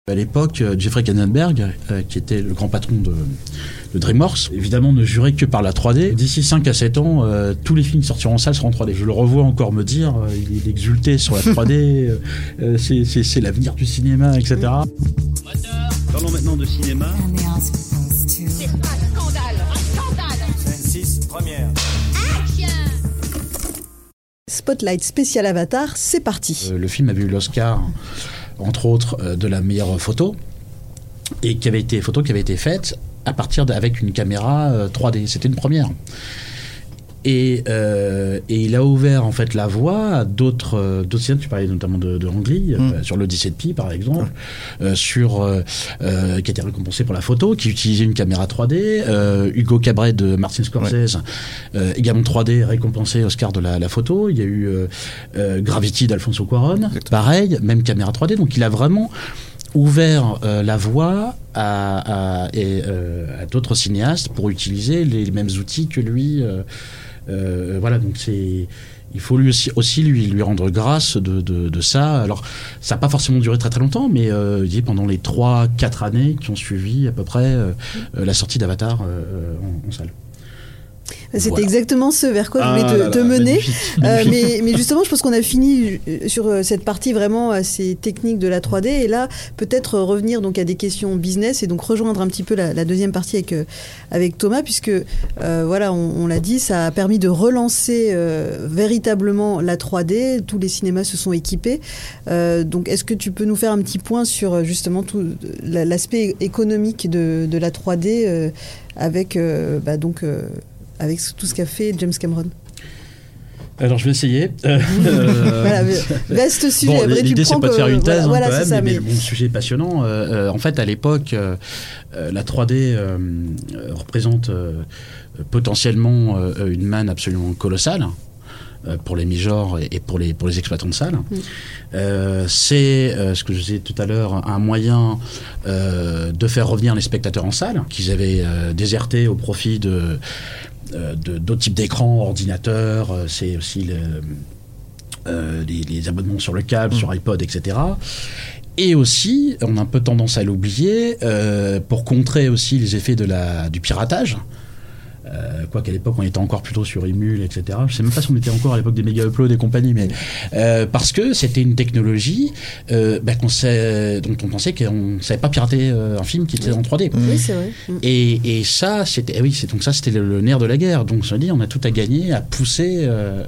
À l'époque, Jeffrey Katzenberg, qui était le grand patron de DreamWorks, évidemment ne jurait que par la 3D. D'ici 5 à 7 ans, tous les films qui sortiront en salle seront en 3D. Je le revois encore me dire, il exultait sur la 3D, c'est l'avenir du cinéma, etc. Parlons maintenant de cinéma. C'est un scandale, un scandale. Scène 6, première. Spotlight spécial Avatar, c'est parti. Le film avait eu l'Oscar, entre autres, de la meilleure photo, et qui avait été faite à partir avec une caméra 3D. C'était une première. Et il a ouvert en fait la voie à d'autres cinéastes. Tu parlais notamment de Ang Lee, sur l'Odyssée de Pi par exemple, qui a été récompensé pour la photo, qui utilisait une caméra 3D. Hugo Cabret de Martin Scorsese, également 3D, récompensé Oscar de la photo. Il y a eu Gravity d'Alfonso Cuarón, pareil, même caméra 3D. Donc il a vraiment ouvert la voie à d'autres cinéastes pour utiliser les mêmes outils que lui. Voilà, donc il faut lui aussi lui rendre grâce de ça. Alors, ça n'a pas forcément duré très très longtemps, mais pendant les 3-4 années qui ont suivi à peu près la sortie d'Avatar en salle. C'était exactement ce vers quoi je voulais te mener. Magnifique. Mais justement, je pense qu'on a fini sur cette partie vraiment assez technique de la 3D. Et là, peut-être revenir donc à des questions business et donc rejoindre un petit peu la deuxième partie avec Thomas, puisque voilà, on l'a dit, ça a permis de relancer véritablement la 3D. Tous les cinémas se sont équipés. Donc, est-ce que tu peux nous faire un petit point sur justement tout l'aspect économique de la 3D avec avec tout ce qu'a fait James Cameron? Alors je vais essayer. Voilà, vaste sujet. Bon, l'idée c'est pas de faire une thèse voilà, quand même, ça, mais le sujet est passionnant. En fait, à l'époque, la 3D représente potentiellement une manne absolument colossale pour les majors et pour les exploitants de salles. C'est ce que je disais tout à l'heure, un moyen de faire revenir les spectateurs en salle qu'ils avaient déserté au profit d'autres types d'écrans, ordinateurs, c'est aussi les abonnements sur le câble, sur iPod, etc. Et aussi, on a un peu tendance à l'oublier, pour contrer aussi les effets du piratage. Quoi qu'à l'époque on était encore plutôt sur Emule, etc. Je sais même pas si on était encore à l'époque des méga uploads et compagnie, mais parce que c'était une technologie dont on pensait qu'on ne savait pas pirater un film qui était en 3D. Oui, c'est vrai. Et ça, c'était c'était le nerf de la guerre. Donc on a tout à gagner à pousser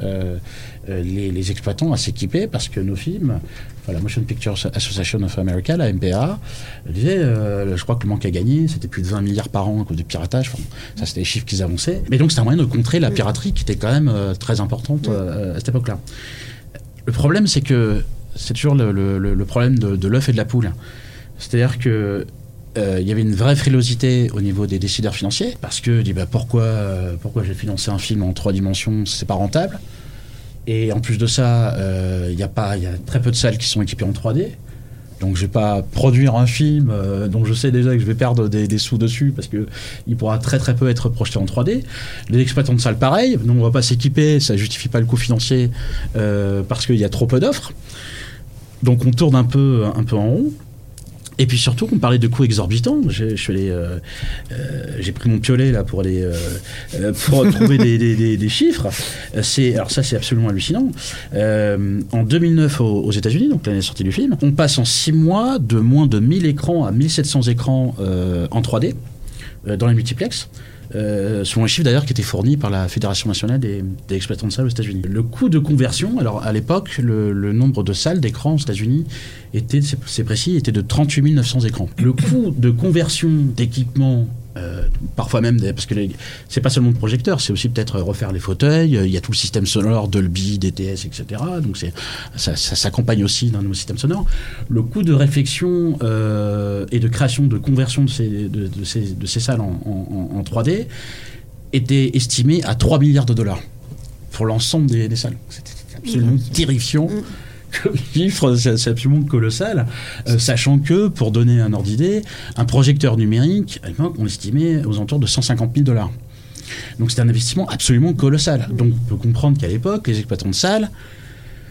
les exploitants à s'équiper, parce que nos films, la Motion Picture Association of America, la MPA, disait, je crois que le manque à gagner, c'était plus de 20 milliards par an à cause du piratage. Enfin, ça, c'était les chiffres qu'ils avançaient. Mais donc, c'était un moyen de contrer la piraterie qui était quand même très importante à cette époque-là. Le problème, c'est que c'est toujours le problème de l'œuf et de la poule. C'est-à-dire que il y avait une vraie frilosité au niveau des décideurs financiers, parce que pourquoi j'ai financé un film en 3 dimensions, c'est pas rentable. Et en plus de ça, il y a très peu de salles qui sont équipées en 3D. Donc je vais pas produire un film dont je sais déjà que je vais perdre des sous dessus, parce qu'il pourra très très peu être projeté en 3D. Les exploitants de salles, pareil. Nous, on va pas s'équiper, ça justifie pas le coût financier parce qu'il y a trop peu d'offres. Donc on tourne un peu en rond. Et puis surtout, on parlait de coûts exorbitants. J'ai pris mon piolet là pour aller pour trouver des chiffres. Alors ça, c'est absolument hallucinant. En 2009 aux États-Unis, donc l'année de sortie du film, on passe en 6 mois de moins de 1000 écrans à 1700 écrans en 3D dans les multiplex. Selon les chiffres d'ailleurs qui étaient fournis par la Fédération nationale des exploitants de salles aux États-Unis. Le coût de conversion, alors à l'époque, le nombre de salles d'écrans aux États-Unis c'est précis, était de 38 900 écrans. Le coût de conversion d'équipement, parfois même, parce que c'est pas seulement de projecteurs, c'est aussi peut-être refaire les fauteuils, il y a tout le système sonore, Dolby, DTS, etc. Donc ça s'accompagne aussi d'un nouveau système sonore. Le coût de réflexion et de création, de conversion de ces salles en 3D était estimé à 3 milliards de dollars pour l'ensemble des salles. C'était absolument terrifiant. Comme chiffre, c'est absolument colossal, sachant que, pour donner un ordre d'idée, un projecteur numérique, à l'époque, on l'estimait aux alentours de 150 000 $. Donc c'était un investissement absolument colossal. Donc on peut comprendre qu'à l'époque, les exploitants de salles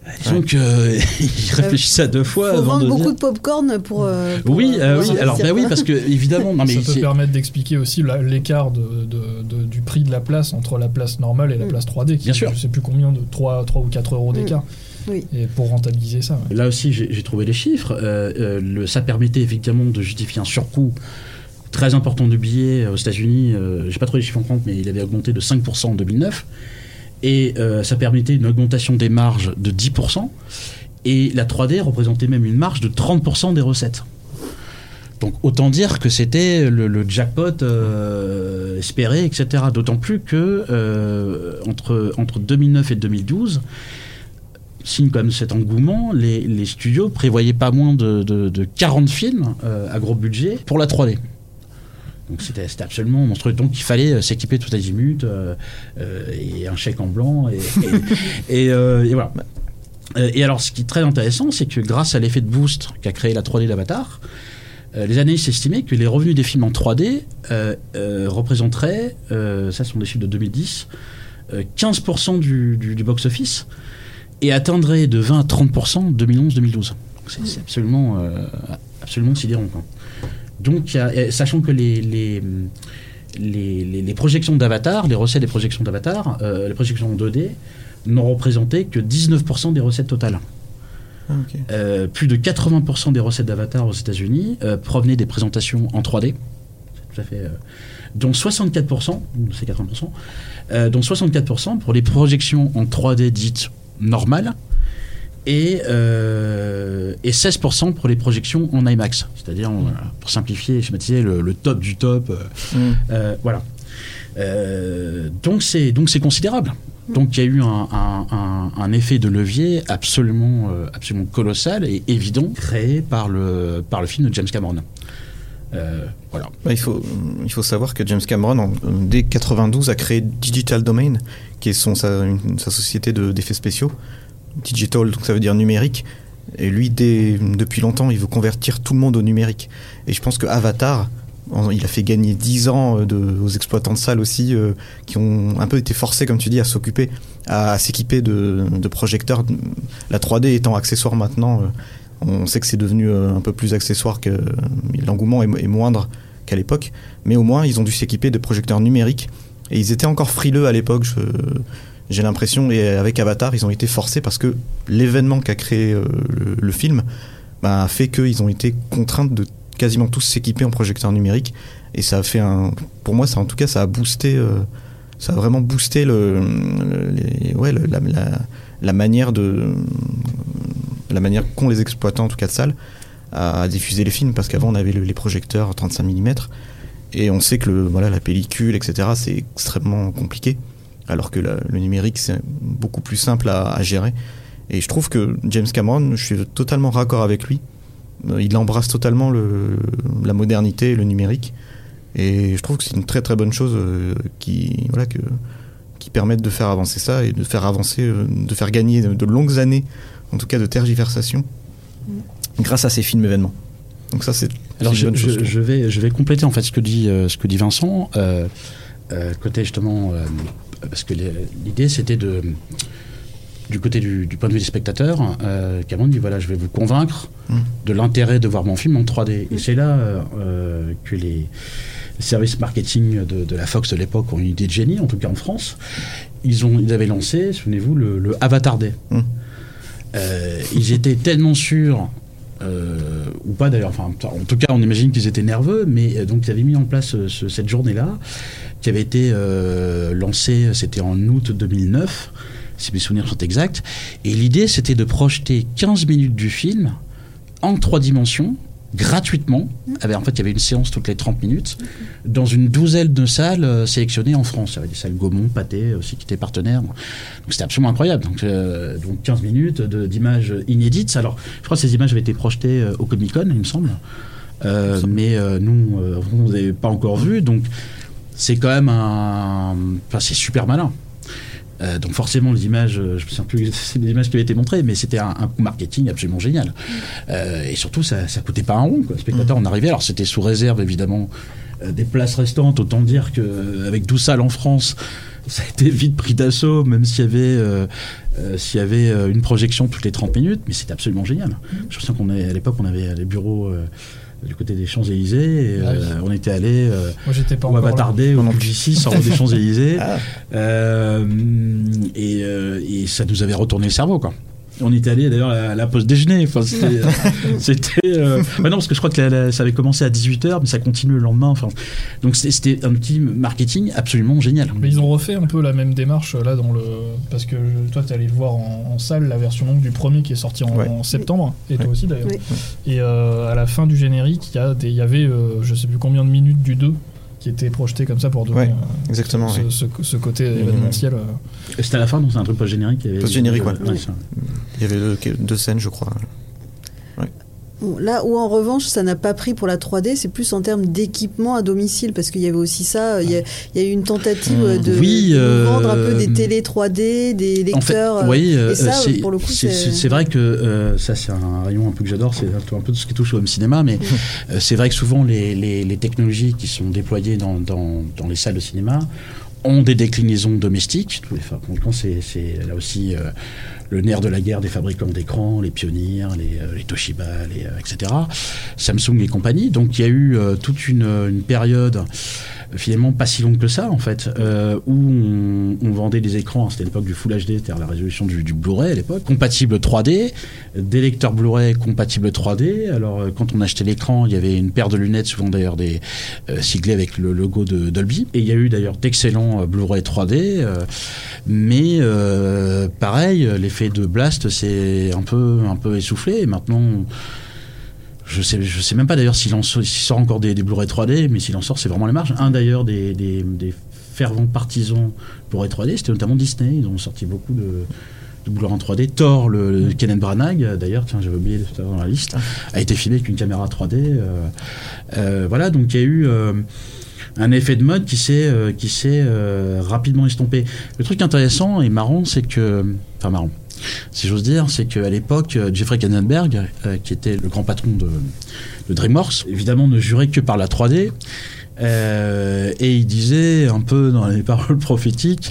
Disons qu'il réfléchissait à 2 fois. Il faut avant vendre de beaucoup dire... de popcorn pour oui, alors oui, parce que évidemment, non, mais ça peut permettre d'expliquer aussi l'écart du prix de la place entre la place normale et la place 3D. Bien sûr. Je sais plus combien de 3 ou 4 euros d'écart. Oui. Et pour rentabiliser ça. Ouais. Là aussi, j'ai trouvé les chiffres. Ça permettait effectivement de justifier un surcoût très important de billets aux États-Unis. J'ai pas trouvé les chiffres en France, mais il avait augmenté de 5% en 2009. Et ça permettait une augmentation des marges de 10%. Et la 3D représentait même une marge de 30% des recettes. Donc autant dire que c'était le jackpot espéré, etc. D'autant plus que entre 2009 et 2012, signe quand même cet engouement, les studios prévoyaient pas moins de 40 films à gros budget pour la 3D. Donc c'était absolument monstrueux. Donc il fallait s'équiper tout azimut et un chèque en blanc et voilà. Et alors ce qui est très intéressant, c'est que grâce à l'effet de boost qu'a créé la 3D d'Avatar, les analystes estimaient que les revenus des films en 3D représenteraient, ça sont des chiffres de 2010, 15% du box-office et atteindrait de 20 à 30% 2011-2012. C'est absolument sidérant, quoi. Donc, sachant que les projections d'Avatar, les recettes des projections d'Avatar, les projections en 2D, n'ont représenté que 19% des recettes totales. Okay. Plus de 80% des recettes d'Avatar aux États-Unis provenaient des présentations en 3D. C'est tout à fait. Dont 64%, c'est 80%, dont 64% pour les projections en 3D dites normales. Et 16% pour les projections en IMAX, c'est-à-dire pour simplifier et schématiser le top du top. Voilà. Donc c'est considérable. Donc il y a eu un effet de levier absolument colossal et évident créé par le film de James Cameron. Voilà. Il faut savoir que James Cameron, dès 92, a créé Digital Domain, qui est sa société d'effets spéciaux. Digital, donc ça veut dire numérique. Et lui, depuis longtemps, il veut convertir tout le monde au numérique. Et je pense que Avatar, il a fait gagner 10 ans aux exploitants de salles aussi, qui ont un peu été forcés, comme tu dis, à s'équiper de projecteurs. La 3D étant accessoire maintenant, on sait que c'est devenu un peu plus accessoire, que l'engouement est moindre qu'à l'époque. Mais au moins, ils ont dû s'équiper de projecteurs numériques. Et ils étaient encore frileux à l'époque, j'ai l'impression, et avec Avatar, ils ont été forcés parce que l'événement qu'a créé le film a fait qu'ils ont été contraints de quasiment tous s'équiper en projecteur numérique. Et ça a fait pour moi, ça a boosté, ça a vraiment boosté la manière qu'ont les exploitants, en tout cas de salles, à diffuser les films, parce qu'avant on avait les projecteurs 35 mm et on sait que la pellicule, etc., c'est extrêmement compliqué. Alors que le numérique, c'est beaucoup plus simple à gérer. Et je trouve que James Cameron, je suis totalement raccord avec lui. Il embrasse totalement la modernité et le numérique. Et je trouve que c'est une très très bonne chose qui permette de faire avancer ça et de faire gagner de longues années, en tout cas de tergiversation, grâce à ces films événements. Donc ça, c'est une bonne chose. Je vais compléter en fait ce que dit Vincent. Côté justement... parce que l'idée c'était du côté du point de vue des spectateurs, Cameron dit voilà, je vais vous convaincre de l'intérêt de voir mon film en 3D. Et c'est là que les services marketing de la Fox de l'époque ont une idée de génie, en tout cas en France. Ils avaient lancé, souvenez-vous, le Avatar Day. Ils étaient tellement sûrs, ou pas d'ailleurs, enfin, en tout cas on imagine qu'ils étaient nerveux, mais donc ils avaient mis en place cette journée-là, qui avait été lancée, c'était en août 2009, si mes souvenirs sont exacts, et l'idée c'était de projeter 15 minutes du film en 3 dimensions, gratuitement. En fait, il y avait une séance toutes les 30 minutes, dans une douzaine de salles sélectionnées en France. Il y avait des salles Gaumont, Pathé aussi qui étaient partenaires. Donc c'était absolument incroyable. Donc 15 minutes d'images inédites. Alors, je crois que ces images avaient été projetées au Comic-Con, il me semble. Mais nous, on ne les avait pas encore vues. Donc c'est quand même c'est super malin. Donc forcément les images, je ne me souviens plus, c'est des images qui avaient été montrées, mais c'était un coup marketing absolument génial. Et surtout ça coûtait pas un rond, quoi. Le spectateur en arrivait, alors c'était sous réserve évidemment des places restantes, autant dire qu'avec 12 salles en France, ça a été vite pris d'assaut, même s'il y avait une projection toutes les 30 minutes, mais c'était absolument génial. Je me souviens qu'à l'époque, on avait les bureaux du côté des Champs-Élysées, et on était allé au Avatardé, au Publicis, en haut des Champs-Élysées, et ça nous avait retourné le cerveau, quoi. On était allé d'ailleurs à la pause déjeuner. Enfin, c'était non, parce que je crois que ça avait commencé à 18h, mais ça continue le lendemain. Enfin, donc c'était un outil marketing absolument génial. Mais ils ont refait un peu la même démarche là parce que toi t'es allé le voir en salle, la version longue du premier qui est sorti en septembre, et toi aussi d'ailleurs. Et à la fin du générique, il y avait je sais plus combien de minutes du 2 qui était projeté comme ça pour donner exactement, ce côté événementiel. C'était à la fin, donc c'est un truc post-générique. Post-générique, il y avait 2 scènes, je crois. Bon, là où en revanche ça n'a pas pris pour la 3D, c'est plus en termes d'équipement à domicile, parce qu'il y avait aussi ça, il y a eu une tentative de vendre un peu des télé 3D, des lecteurs. En fait, et ça, pour le coup, c'est vrai que ça c'est un rayon un peu que j'adore, c'est un peu tout ce qui touche au home cinéma, mais c'est vrai que souvent les technologies qui sont déployées dans les salles de cinéma ont des déclinaisons domestiques. C'est là aussi le nerf de la guerre des fabricants d'écrans, les Pioneer, les Toshiba, etc. Samsung et compagnie. Donc il y a eu toute une période finalement pas si longue que ça en fait, où on vendait des écrans, c'était l'époque du Full HD, c'est-à-dire la résolution du Blu-ray à l'époque, compatible 3D, des lecteurs Blu-ray compatibles 3D. Alors quand on achetait l'écran, il y avait une paire de lunettes, souvent d'ailleurs siglées avec le logo de Dolby, et il y a eu d'ailleurs d'excellents Blu-ray 3D, mais pareil, l'effet de Blast s'est un peu essoufflé, et maintenant je sais même pas d'ailleurs s'il sort encore des Blu-ray 3D, mais s'il en sort, c'est vraiment les marges. Un d'ailleurs des fervents partisans Blu-ray 3D, c'était notamment Disney. Ils ont sorti beaucoup de Blu-ray en 3D. Thor, le Kenneth Branagh, d'ailleurs, tiens, j'avais oublié tout à l'heure dans la liste, a été filmé avec une caméra 3D. Voilà, donc il y a eu un effet de mode qui s'est rapidement estompé. Le truc intéressant et marrant, c'est que... Enfin, marrant. Si j'ose dire, c'est qu'à l'époque, Jeffrey Katzenberg, qui était le grand patron de DreamWorks, évidemment ne jurait que par la 3D, et il disait un peu dans les paroles prophétiques,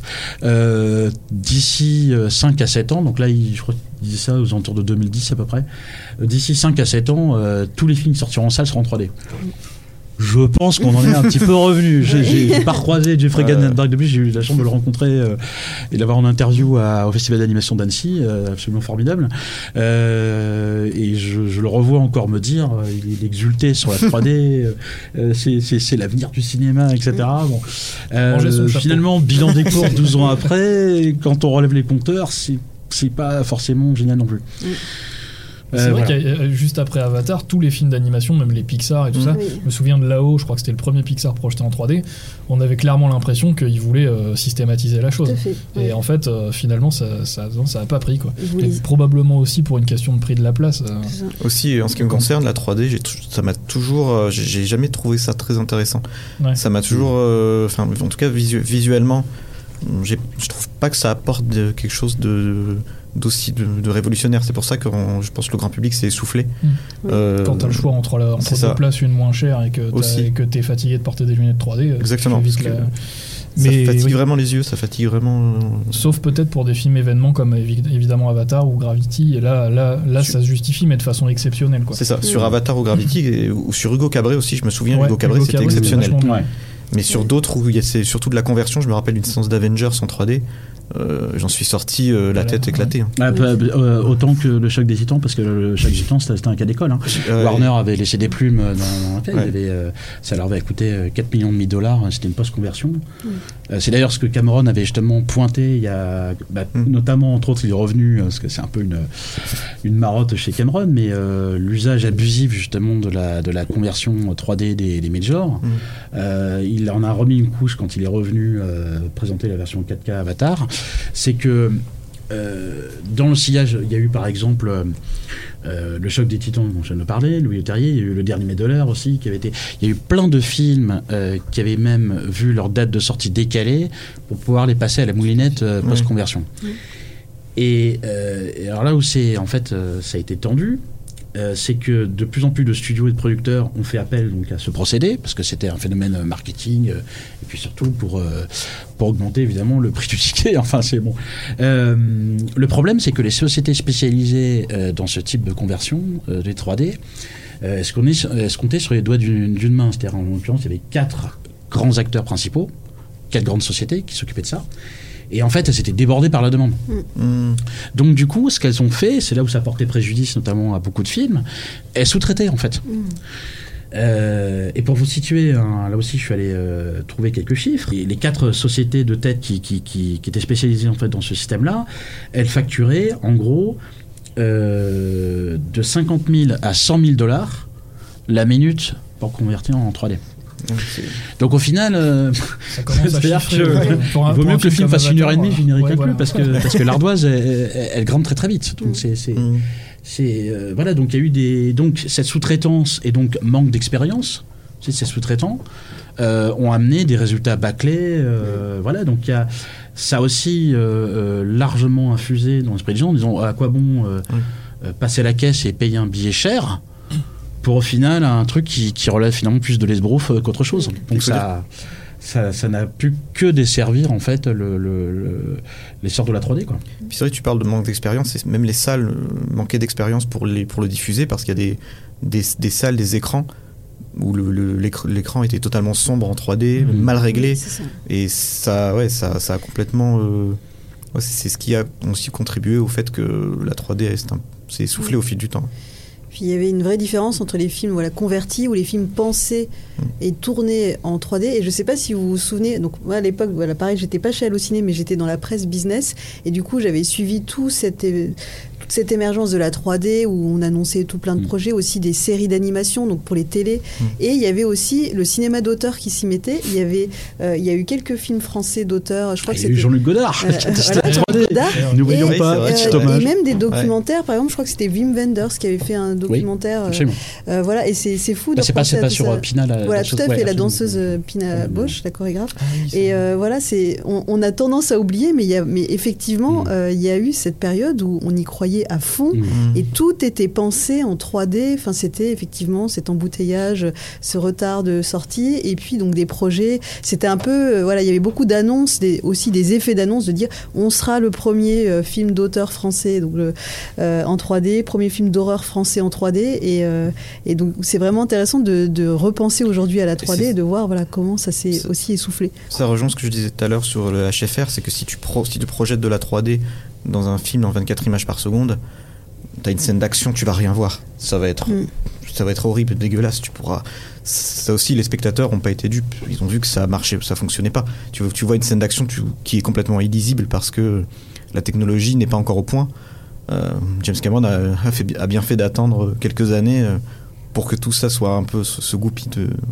d'ici 5 à 7 ans, donc là je crois qu'il disait ça aux alentours de 2010 à peu près, d'ici 5 à 7 ans, tous les films qui sortiront en salle seront en 3D. Je pense qu'on en est un petit peu revenu. J'ai pas recroisé Jeffrey Katzenberg depuis, j'ai eu la chance de le rencontrer et de l'avoir en interview au Festival d'animation d'Annecy, absolument formidable. Et je le revois encore me dire, il exultait sur la 3D, c'est l'avenir du cinéma, etc. Bon. Finalement, bilan des cours 12 ans après, quand on relève les compteurs, c'est pas forcément génial non plus. C'est vrai qu'il y a, juste après Avatar, tous les films d'animation, même les Pixar et tout ça, je me souviens de Là-haut, je crois que c'était le premier Pixar projeté en 3D, on avait clairement l'impression qu'ils voulaient systématiser la chose. Et en fait, finalement, ça a pas pris, quoi. Probablement aussi pour une question de prix de la place. Aussi, en ce qui me concerne, la 3D, ça m'a toujours... j'ai jamais trouvé ça très intéressant. Ça m'a toujours... en tout cas, visuellement, je trouve pas que ça apporte quelque chose d'aussi de révolutionnaire. C'est pour ça que je pense que le grand public s'est essoufflé. Quand t'as le choix entre deux places, une moins chère, et que t'es fatigué de porter des lunettes 3D. Exactement. Ça fatigue vraiment les yeux, ça fatigue vraiment... Sauf peut-être pour des films événements comme évidemment Avatar ou Gravity, et là ça se justifie, mais de façon exceptionnelle, quoi. C'est ça, sur Avatar ou Gravity, ou sur Hugo Cabret aussi, je me souviens, Hugo Cabret c'était exceptionnel. Mais sur d'autres où c'est surtout de la conversion, je me rappelle une séance d'Avengers en 3D, j'en suis sorti la tête éclatée. Autant que le Choc des Titans, parce que le Choc des Titans c'était un cas d'école. Warner avait laissé des plumes dans la tête, ça leur avait coûté $4 millions, c'était une post-conversion. C'est d'ailleurs ce que Cameron avait justement pointé il y a, notamment entre autres il est revenu, parce que c'est un peu une marotte chez Cameron, mais l'usage abusif justement de la conversion 3D des majors. Il en a remis une couche quand il est revenu présenter la version 4K Avatar. C'est que dans le sillage, il y a eu par exemple le Choc des Titans dont je viens de parler, Louis Leterrier, il y a eu le Dernier Medolaire aussi, il y a eu plein de films qui avaient même vu leur date de sortie décalée pour pouvoir les passer à la moulinette post-conversion. Et alors là où ça a été tendu, c'est que de plus en plus de studios et de producteurs ont fait appel donc, à ce procédé, parce que c'était un phénomène marketing, et puis surtout pour augmenter évidemment le prix du ticket. Enfin, c'est bon. Le problème, c'est que les sociétés spécialisées dans ce type de conversion des 3D, se comptaient sur les doigts d'une main. C'est-à-dire, en l'occurrence, il y avait 4 grands acteurs principaux, 4 grandes sociétés qui s'occupaient de ça. Et en fait, elles étaient débordées par la demande. Donc, du coup, ce qu'elles ont fait, c'est là où ça portait préjudice, notamment à beaucoup de films, elles sous-traitaient, en fait. Et pour vous situer, là aussi, je suis allé trouver quelques chiffres. Et les 4 sociétés de tête qui étaient spécialisées, en fait, dans ce système-là, elles facturaient, en gros, de 50 000 à 100 000 $ la minute pour convertir en 3D. Donc au final, ça commence à chiffrer, il vaut mieux que le film fasse 1h30, je n'irai qu'un peu, parce que l'ardoise, elle grimpe très très vite. Donc voilà, donc il y a eu donc cette sous-traitance et donc manque d'expérience. Ces sous-traitants ont amené des résultats bâclés. Voilà, donc ça a aussi largement infusé dans l'esprit des gens en disant à quoi bon passer la caisse et payer un billet cher pour au final un truc qui relève finalement plus de l'esbrouf qu'autre chose. Donc ça n'a pu que desservir en fait l'essor de la 3D, quoi. Puis c'est vrai que tu parles de manque d'expérience, et même les salles manquaient d'expérience pour le diffuser, parce qu'il y a des salles, des écrans où l'écran était totalement sombre en 3D, mal réglé, et ça a complètement c'est ce qui a aussi contribué au fait que la 3D s'est essoufflée au fil du temps. Puis il y avait une vraie différence entre les films convertis ou les films pensés et tournés en 3D. Et je ne sais pas si vous vous souvenez, donc moi à l'époque, pareil, j'étais pas chez Allociné, mais j'étais dans la presse business. Et du coup, j'avais suivi toute cette émergence de la 3D où on annonçait tout plein de projets, aussi des séries d'animation, donc pour les télés. Et il y avait aussi le cinéma d'auteur qui s'y mettait. Il y a eu quelques films français d'auteur. Je crois que c'était Jean-Luc Godard. N'oublions pas. Et même des documentaires. Par exemple, je crois que c'était Wim Wenders qui avait fait un documentaire. Voilà, et c'est fou. C'est pas sur Pina. Voilà, tout à fait, la danseuse Pina Bausch, la chorégraphe. Et voilà, on a tendance à oublier, mais effectivement, il y a eu cette période où on y croyait à fond et tout était pensé en 3D. Enfin, c'était effectivement cet embouteillage, ce retard de sortie, et puis donc des projets. C'était un peu, voilà, il y avait beaucoup d'annonces, aussi des effets d'annonces, de dire on sera le premier film d'auteur français donc en 3D, premier film d'horreur français en 3D, et donc c'est vraiment intéressant de repenser aujourd'hui à la 3D et de voir comment ça s'est aussi essoufflé. Ça rejoint ce que je disais tout à l'heure sur le HFR, c'est que si tu projettes de la 3D dans un film en 24 images par seconde, t'as une scène d'action, tu vas rien voir. Ça va être horrible, dégueulasse. Ça aussi, les spectateurs n'ont pas été dupes. Ils ont vu que ça marchait, ça fonctionnait pas. Tu vois une scène d'action qui est complètement illisible parce que la technologie n'est pas encore au point. James Cameron a bien fait d'attendre quelques années pour que tout ça soit un peu se goupille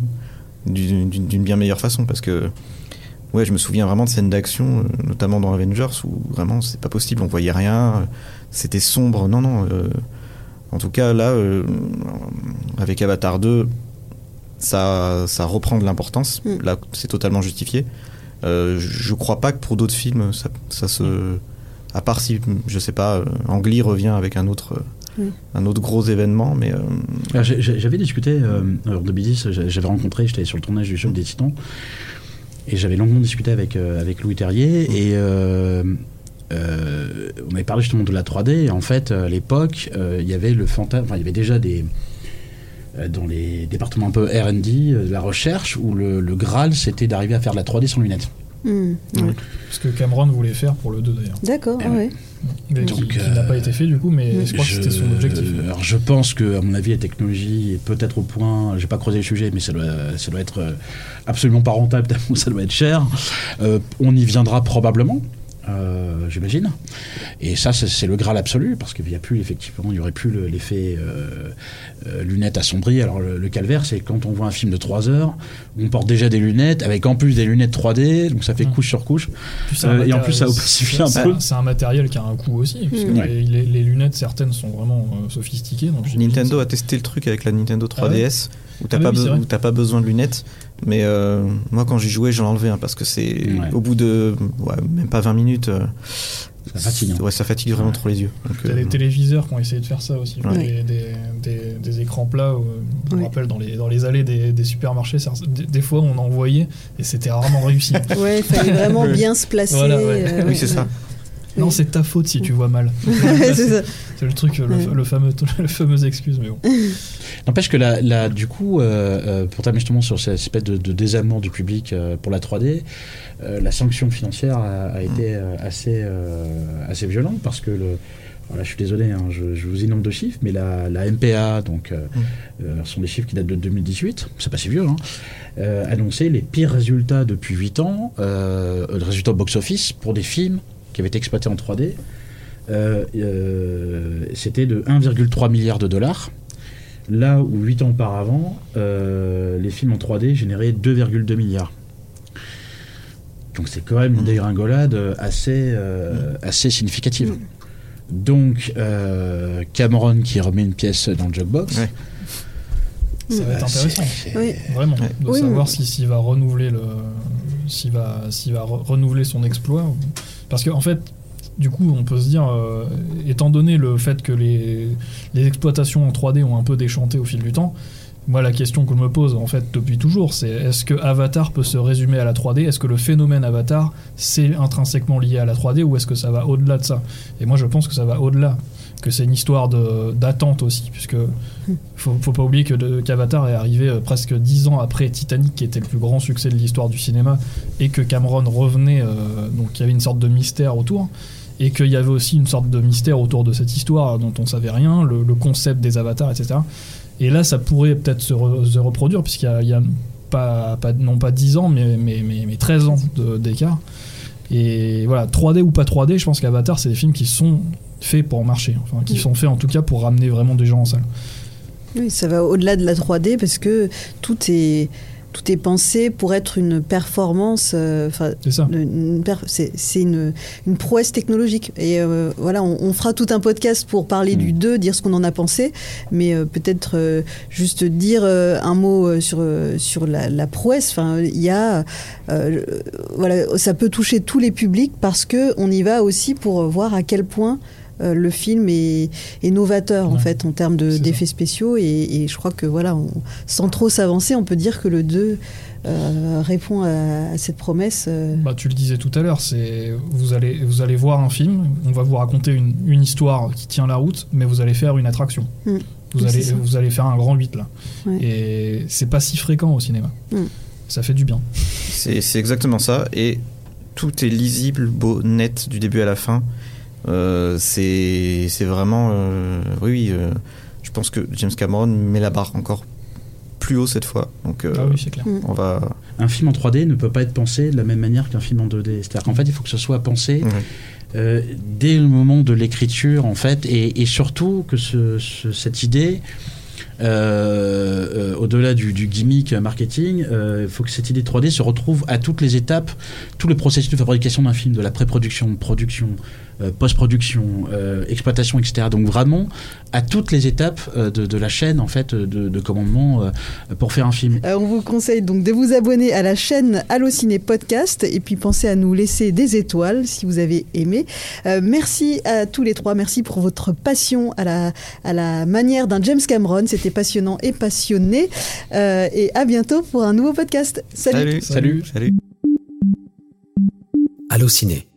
d'une bien meilleure façon, parce que je me souviens vraiment de scènes d'action, notamment dans Avengers, où vraiment c'est pas possible, on voyait rien, c'était sombre. Non. En tout cas, là, avec Avatar 2, ça reprend de l'importance. Là, c'est totalement justifié. Je crois pas que pour d'autres films, ça se... À part si, je sais pas, Ang Lee revient avec un autre gros événement, mais... J'avais discuté, en 2010, j'étais sur le tournage du Choc des Titans, et j'avais longuement discuté avec Louis Terrier, et on avait parlé justement de la 3D, et en fait, à l'époque, il y avait il y avait déjà dans les départements un peu R&D, la recherche, où le Graal, c'était d'arriver à faire de la 3D sans lunettes. Ce que Cameron voulait faire pour le 2 d'ailleurs. D'accord, Qui n'a pas été fait du coup, mais je crois que c'était son objectif. Alors je pense que, à mon avis, la technologie est peut-être au point, j'ai pas creusé le sujet, mais ça doit être absolument pas rentable, ça doit être cher. On y viendra probablement. J'imagine, et ça c'est le Graal absolu, parce qu'il n'y a plus, effectivement, il n'y aurait plus l'effet lunettes assombries. Alors le calvaire, c'est quand on voit un film de 3 heures, on porte déjà des lunettes avec en plus des lunettes 3D, donc ça fait couche sur couche, et en plus ça opacifie un peu. C'est un matériel qui a un coût aussi, parce que les lunettes, certaines sont vraiment sophistiquées, donc Nintendo a testé le truc avec la Nintendo 3DS, où t'as pas besoin de lunettes, mais moi quand j'y jouais, j'en enlevais parce que c'est au bout de même pas 20 minutes, ça fatigue vraiment trop les yeux. T'as les téléviseurs qui ont essayé de faire ça aussi. Des écrans plats, je me rappelle, dans les allées des supermarchés, des fois on en voyait et c'était rarement réussi. Ouais, il fallait vraiment bien se placer. Voilà, oui, c'est ça. Non, c'est ta faute si tu vois mal. C'est le truc, le fameux excuse, mais bon. N'empêche que du coup, pour terminer justement sur cette espèce de désamour du public pour la 3D, la sanction financière a été assez violente parce que voilà, je suis désolé, hein, je vous inonde de chiffres, mais la MPA, donc, sont des chiffres qui datent de 2018, c'est pas si vieux, hein, annonçait les pires résultats depuis 8 ans, résultats au box-office pour des films qui avait été exploité en 3D, c'était de 1,3 milliard de dollars, là où 8 ans auparavant, les films en 3D généraient 2,2 milliards. Donc c'est quand même une dégringolade assez significative. Donc Cameron qui remet une pièce dans le jukebox. Ouais. Ça va être intéressant, vraiment, de savoir s'il va renouveler s'il va renouveler son exploit. Parce qu'en fait, du coup, on peut se dire, étant donné le fait que les exploitations en 3D ont un peu déchanté au fil du temps, moi, la question que je me pose, en fait, depuis toujours, c'est est-ce que Avatar peut se résumer à la 3D ? Est-ce que le phénomène Avatar, c'est intrinsèquement lié à la 3D ou est-ce que ça va au-delà de ça ? Et moi, je pense que ça va au-delà, que c'est une histoire d'attente aussi, puisque faut pas oublier qu'Avatar est arrivé presque 10 ans après Titanic, qui était le plus grand succès de l'histoire du cinéma, et que Cameron revenait, donc il y avait une sorte de mystère autour, et qu'il y avait aussi une sorte de mystère autour de cette histoire dont on savait rien, le concept des avatars, etc. Et là, ça pourrait peut-être se reproduire, puisqu'il y a non pas 10 ans, mais 13 ans d'écart. Et voilà, 3D ou pas 3D, je pense qu'Avatar, c'est des films qui sont faits pour marcher, enfin, qui sont faits en tout cas pour ramener vraiment des gens en salle. Oui, ça va au-delà de la 3D parce que tout est pensé pour être une performance. C'est ça. C'est une prouesse technologique. Et voilà, on fera tout un podcast pour parler du 2, dire ce qu'on en a pensé, mais peut-être juste dire un mot sur la prouesse. Enfin, il y a, voilà, ça peut toucher tous les publics parce que on y va aussi pour voir à quel point le film est novateur en fait en termes d'effets spéciaux et je crois que voilà, sans trop s'avancer, on peut dire que le 2 répond à cette promesse. Tu le disais tout à l'heure, vous allez voir un film, on va vous raconter une histoire qui tient la route, mais vous allez faire une attraction. Vous allez faire un grand 8 là. Ouais. Et c'est pas si fréquent au cinéma. Ça fait du bien. C'est exactement ça, et tout est lisible, beau, net du début à la fin. C'est vraiment je pense que James Cameron met la barre encore plus haut cette fois, donc oui, c'est clair. Un film en 3D ne peut pas être pensé de la même manière qu'un film en 2D, c'est-à-dire qu'en fait il faut que ce soit pensé dès le moment de l'écriture en fait, et surtout que cette idée au-delà du gimmick marketing, il faut que cette idée 3D se retrouve à toutes les étapes, tous les processus de fabrication d'un film, de la pré-production, production, post-production, exploitation, etc. Donc vraiment à toutes les étapes de la chaîne en fait de commandement pour faire un film. On vous conseille donc de vous abonner à la chaîne Allociné Podcast et puis pensez à nous laisser des étoiles si vous avez aimé. Merci à tous les trois, merci pour votre passion à la manière d'un James Cameron, c'était passionnant et passionné, et à bientôt pour un nouveau podcast. Salut. Salut. Allociné.